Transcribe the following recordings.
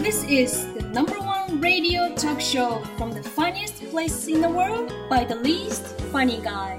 This is the number one radio talk show from the funniest place in the world by the least funny guy.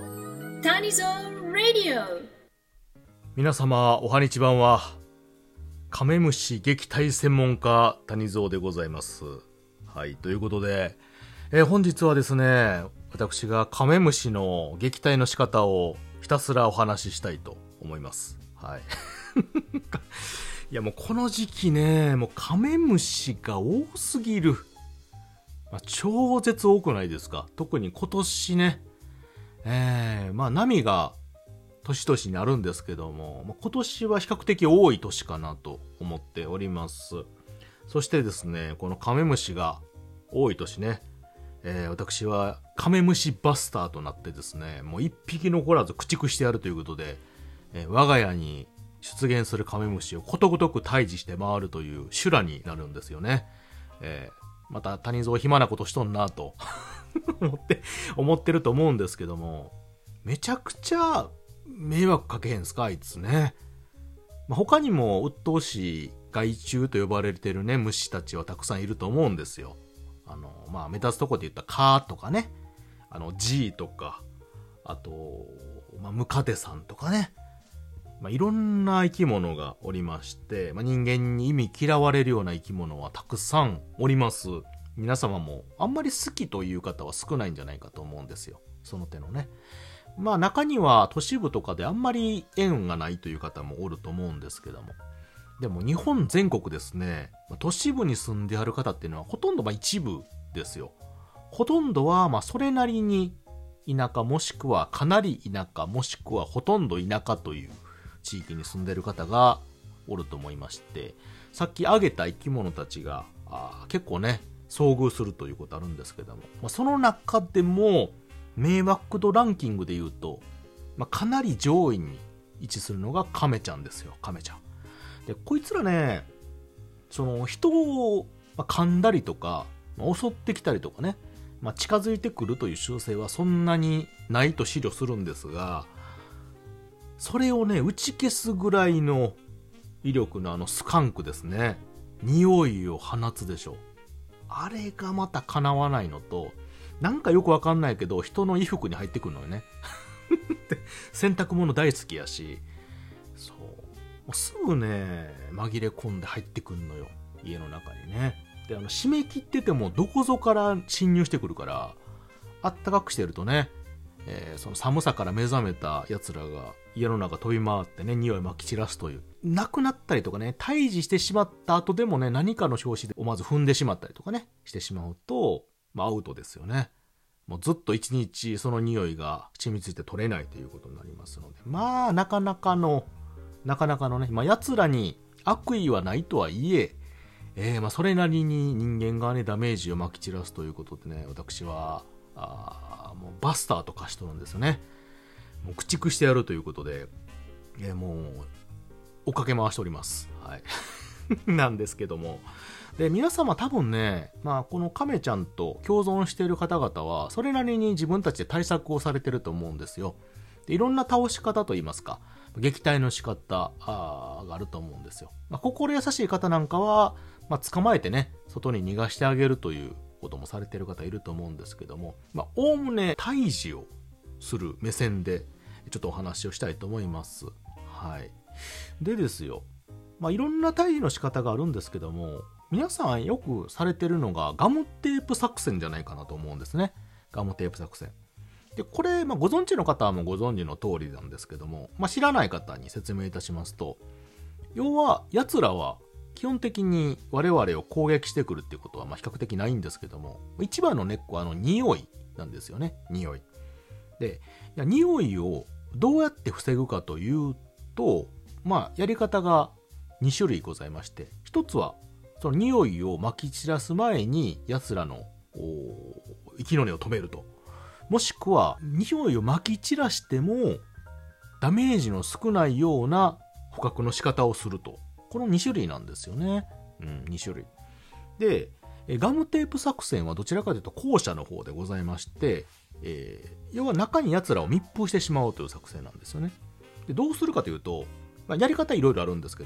Tanizo Radio. 皆様、おはにちばんは。カメムシ撃退専門家、谷蔵でございます。はい、ということで、本日はですね、私がカメムシの撃退の仕方をひたすらお話ししたいと思います。はい。いやもうこの時期ね、もうカメムシが多すぎる。超絶多くないですか。特に今年ね、波が年々にあるんですけども、今年は比較的多い年かなと思っております。そしてですね、このカメムシが多い年ね、私はカメムシバスターとなってですね、もう一匹残らず駆逐してやるということで、我が家に出現するカメムシをことごとく退治して回るという修羅になるんですよね。また谷蔵暇なことしとんなと思ってると思うんですけども、めちゃくちゃ迷惑かけへんすかあいつね。他にも鬱陶しい害虫と呼ばれてるね虫たちはたくさんいると思うんですよ。目立つとこで言ったらカーとかね、G とか、あと、ムカデさんとかね、いろんな生き物がおりまして、人間に意味嫌われるような生き物はたくさんおります。皆様もあんまり好きという方は少ないんじゃないかと思うんですよ。その手のね。中には都市部とかであんまり縁がないという方もおると思うんですけども。でも日本全国ですね、都市部に住んである方っていうのはほとんど一部ですよ。ほとんどはそれなりに田舎もしくはかなり田舎もしくはほとんど田舎という地域に住んでいる方がおると思いまして、さっき挙げた生き物たちが結構ね遭遇するということあるんですけども、その中でも迷惑度ランキングで言うと、かなり上位に位置するのがカメちゃんですよ。カメちゃんで、こいつらね、その人を噛んだりとか襲ってきたりとかね、近づいてくるという習性はそんなにないと思慮するんですが、それをね打ち消すぐらいの威力のスカンクですね、匂いを放つでしょ。あれがまた叶わないのと、なんかよくわかんないけど人の衣服に入ってくるのよね洗濯物大好きやし、そうもうすぐね紛れ込んで入ってくるのよ、家の中にね。で締め切っててもどこぞから侵入してくるから、あったかくしてるとね、その寒さから目覚めた奴らが家の中飛び回ってね、匂い撒き散らすという。亡くなったりとかね、退治してしまった後でもね、何かの拍子で思わず踏んでしまったりとかね、してしまうと、アウトですよね。もうずっと一日その匂いが染みついて取れないということになりますので、なかなかのね、奴らに悪意はないとはいえ、それなりに人間がね、ダメージを撒き散らすということでね、私は、もうバスターと化しとるんですよね。もう駆逐してやるということで、もう追っかけ回しております。はい。なんですけども。で、皆様多分ね、このカメちゃんと共存している方々は、それなりに自分たちで対策をされてると思うんですよ。で、いろんな倒し方といいますか、撃退の仕方があると思うんですよ。心優しい方なんかは、捕まえてね、外に逃がしてあげるということもされている方いると思うんですけども、おおむね退治をする目線で、ちょっとお話をしたいと思います。はい。でですよ、いろんな退治の仕方があるんですけども、皆さんよくされてるのがガムテープ作戦じゃないかなと思うんですね。ガムテープ作戦。で、これ、ご存知の方はもうご存知の通りなんですけども、知らない方に説明いたしますと、要は、奴らは基本的に我々を攻撃してくるっていうことは比較的ないんですけども、一番の根っこは匂いなんですよね。匂い。で、匂いをどうやって防ぐかというと、やり方が2種類ございまして、一つは、その匂いを撒き散らす前に奴らの生きの根を止めると。もしくは、匂いを撒き散らしてもダメージの少ないような捕獲の仕方をすると。この2種類なんですよね。2種類。で、ガムテープ作戦はどちらかというと後者の方でございまして、要は中に奴らを密封してしまおうという作戦なんですよね。で、どうするかというと、やり方いろいろあるんですけどね。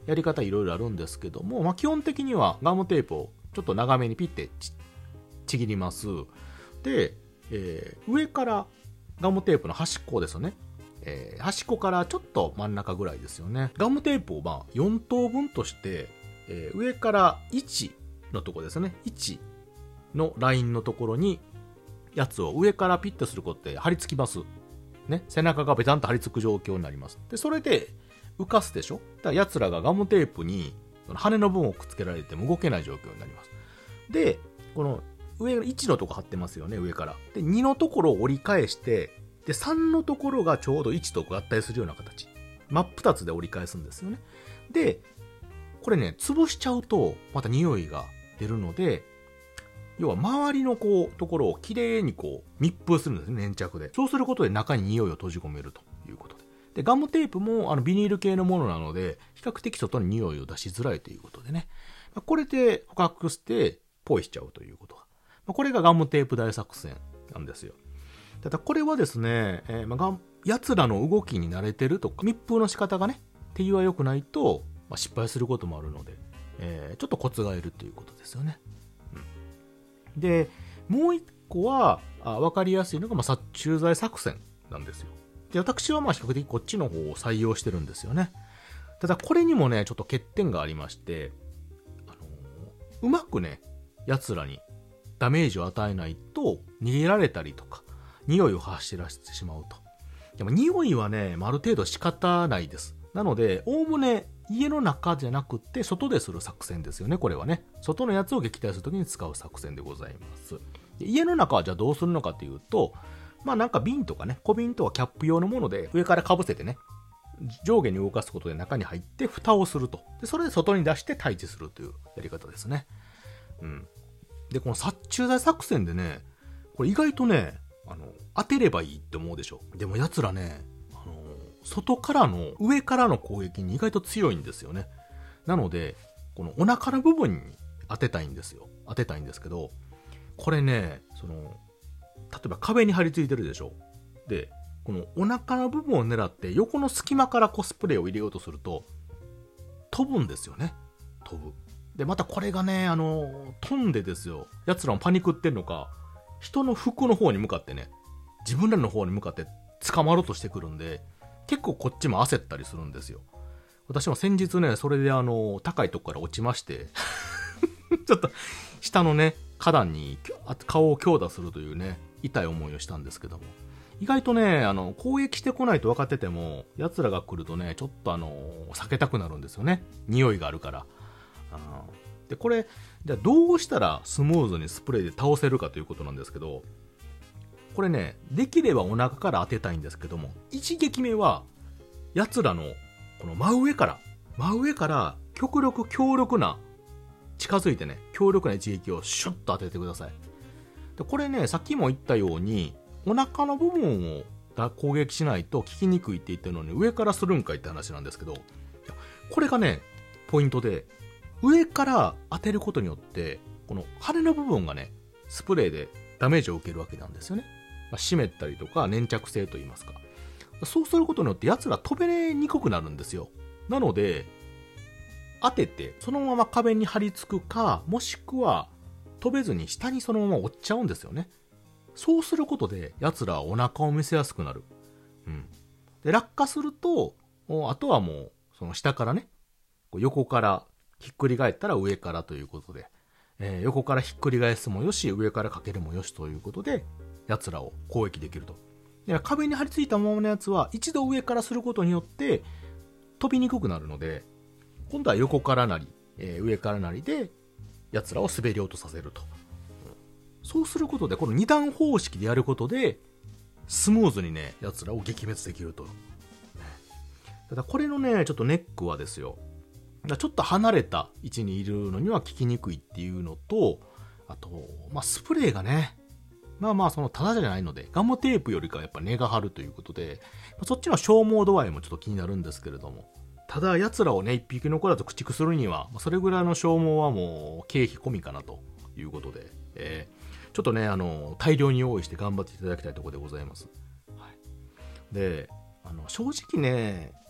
やり方いろいろあるんですけども、基本的にはガムテープをちょっと長めにピッてちぎります。で、上からガムテープの端っこですよね。端っこからちょっと真ん中ぐらいですよね。ガムテープを4等分として、上から1のところですね。1のラインのところにやつを上からピッとすることで貼り付きます。ね。背中がベタンと貼り付く状況になります。で、それで浮かすでしょ。だから奴らがガムテープに羽の部分をくっつけられても動けない状況になります。で、この上1のとこ貼ってますよね、上から。で、2のところを折り返して、で、3のところがちょうど1と合体するような形。真っ二つで折り返すんですよね。で、これね、潰しちゃうと、また匂いが出るので、要は周りのところをきれいに密封するんですね、粘着で。そうすることで中に匂いを閉じ込めるということで。で、ガムテープもビニール系のものなので、比較的外に匂いを出しづらいということでね。これで捕獲してポイしちゃうということが。これがガムテープ大作戦なんですよ。ただこれはですね、奴らの動きに慣れてるとか、密封の仕方がね、手際良くないと、失敗することもあるので、ちょっとコツがいるということですよね。で、もう一個は、わかりやすいのが、殺虫剤作戦なんですよ。で、私は比較的こっちの方を採用してるんですよね。ただこれにもね、ちょっと欠点がありまして、うまくね、奴らにダメージを与えないと逃げられたりとか、匂いを発らせてしまうと。でも匂いはね、ある程度仕方ないです。なので、おおむね家の中じゃなくて外でする作戦ですよね、これはね。外のやつを撃退するときに使う作戦でございます。で、家の中はじゃあどうするのかというと、なんか瓶とかね、小瓶とかキャップ用のもので上から被せてね、上下に動かすことで中に入って蓋をすると。で、それで外に出して退治するというやり方ですね。で、この殺虫剤作戦でね、これ意外とね、当てればいいって思うでしょ。でも奴らね、外からの、上からの攻撃に意外と強いんですよね。なので、このお腹の部分に当てたいんですけど、これね、例えば壁に張り付いてるでしょ。で、このお腹の部分を狙って横の隙間からスプレーを入れようとすると、飛ぶんですよね。飛ぶ。で、またこれがね、飛んでですよ。奴らもパニクってんのか、人の服の方に向かってね、自分らの方に向かって捕まろうとしてくるんで、結構こっちも焦ったりするんですよ。私も先日ね、それで高いとこから落ちまして、ちょっと下のね、花壇に顔を強打するというね、痛い思いをしたんですけども。意外とね、攻撃してこないと分かってても、奴らが来るとね、ちょっと避けたくなるんですよね。匂いがあるから。で、これ、じゃあどうしたらスムーズにスプレーで倒せるかということなんですけど、これね、できればお腹から当てたいんですけども、一撃目は、奴らの、この真上から極力強力な、近づいてね、強力な一撃をシュッと当ててください。で、これね、さっきも言ったように、お腹の部分を攻撃しないと効きにくいって言ってるのに、上からするんかいって話なんですけど、これがね、ポイントで、上から当てることによって、この羽の部分がね、スプレーでダメージを受けるわけなんですよね。湿ったりとか粘着性といいますか。そうすることによって奴ら飛べにくくなるんですよ。なので、当てて、そのまま壁に張り付くか、もしくは飛べずに下にそのまま落ちちゃうんですよね。そうすることで奴らはお腹を見せやすくなる。で、落下すると、あとはもう、その下からね、横からひっくり返ったら上からということで、横からひっくり返すもよし、上からかけるもよしということで、奴らを攻撃できると。で、壁に張り付いたままのやつは一度上からすることによって飛びにくくなるので、今度は横からなり、上からなりで奴らを滑り落とさせると。そうすることで、この二段方式でやることでスムーズにね、奴らを撃滅できると。ただこれのね、ちょっとネックはですよ、ちょっと離れた位置にいるのには効きにくいっていうのと、あと、スプレーがね、そのただじゃないので、ガムテープよりかはやっぱ根が張るということで、そっちの消耗度合いもちょっと気になるんですけれども、ただ奴らをね、一匹残らず駆逐するには、それぐらいの消耗はもう経費込みかなということで、ちょっとね、大量に用意して頑張っていただきたいところでございます。はい。で、正直ね、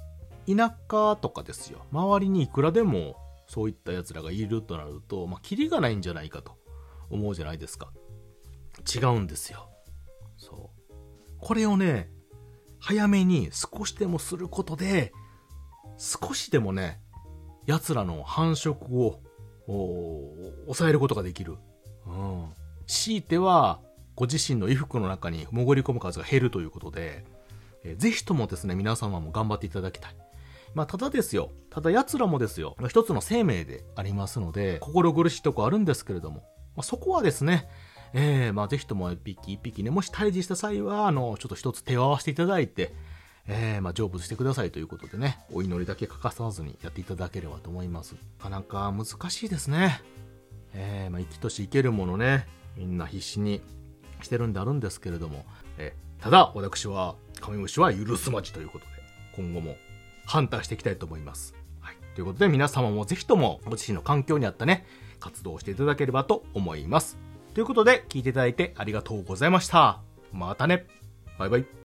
田舎とかですよ。周りにいくらでもそういった奴らがいるとなると、キリがないんじゃないかと思うじゃないですか。違うんですよ。そう。これをね、早めに少しでもすることで、少しでもね、奴らの繁殖を抑えることができる。強いては、ご自身の衣服の中に潜り込む数が減るということで、ぜひともですね、皆様も頑張っていただきたい。ただですよ。ただ奴らもですよ。一つの生命でありますので、心苦しいとこあるんですけれども、そこはですね、ぜひとも一匹ね、もし退治した際は、ちょっと一つ手を合わせていただいて、成仏してくださいということでね、お祈りだけ欠かさずにやっていただければと思います。なかなか難しいですね。生きとし生けるものね、みんな必死にしてるんであるんですけれども、ただ私はカメムシは許すまじということで、今後もハンターしていきたいと思います。はい。ということで皆様もぜひともご自身の環境に合ったね、活動をしていただければと思います。ということで聞いていただいてありがとうございました。またね。バイバイ。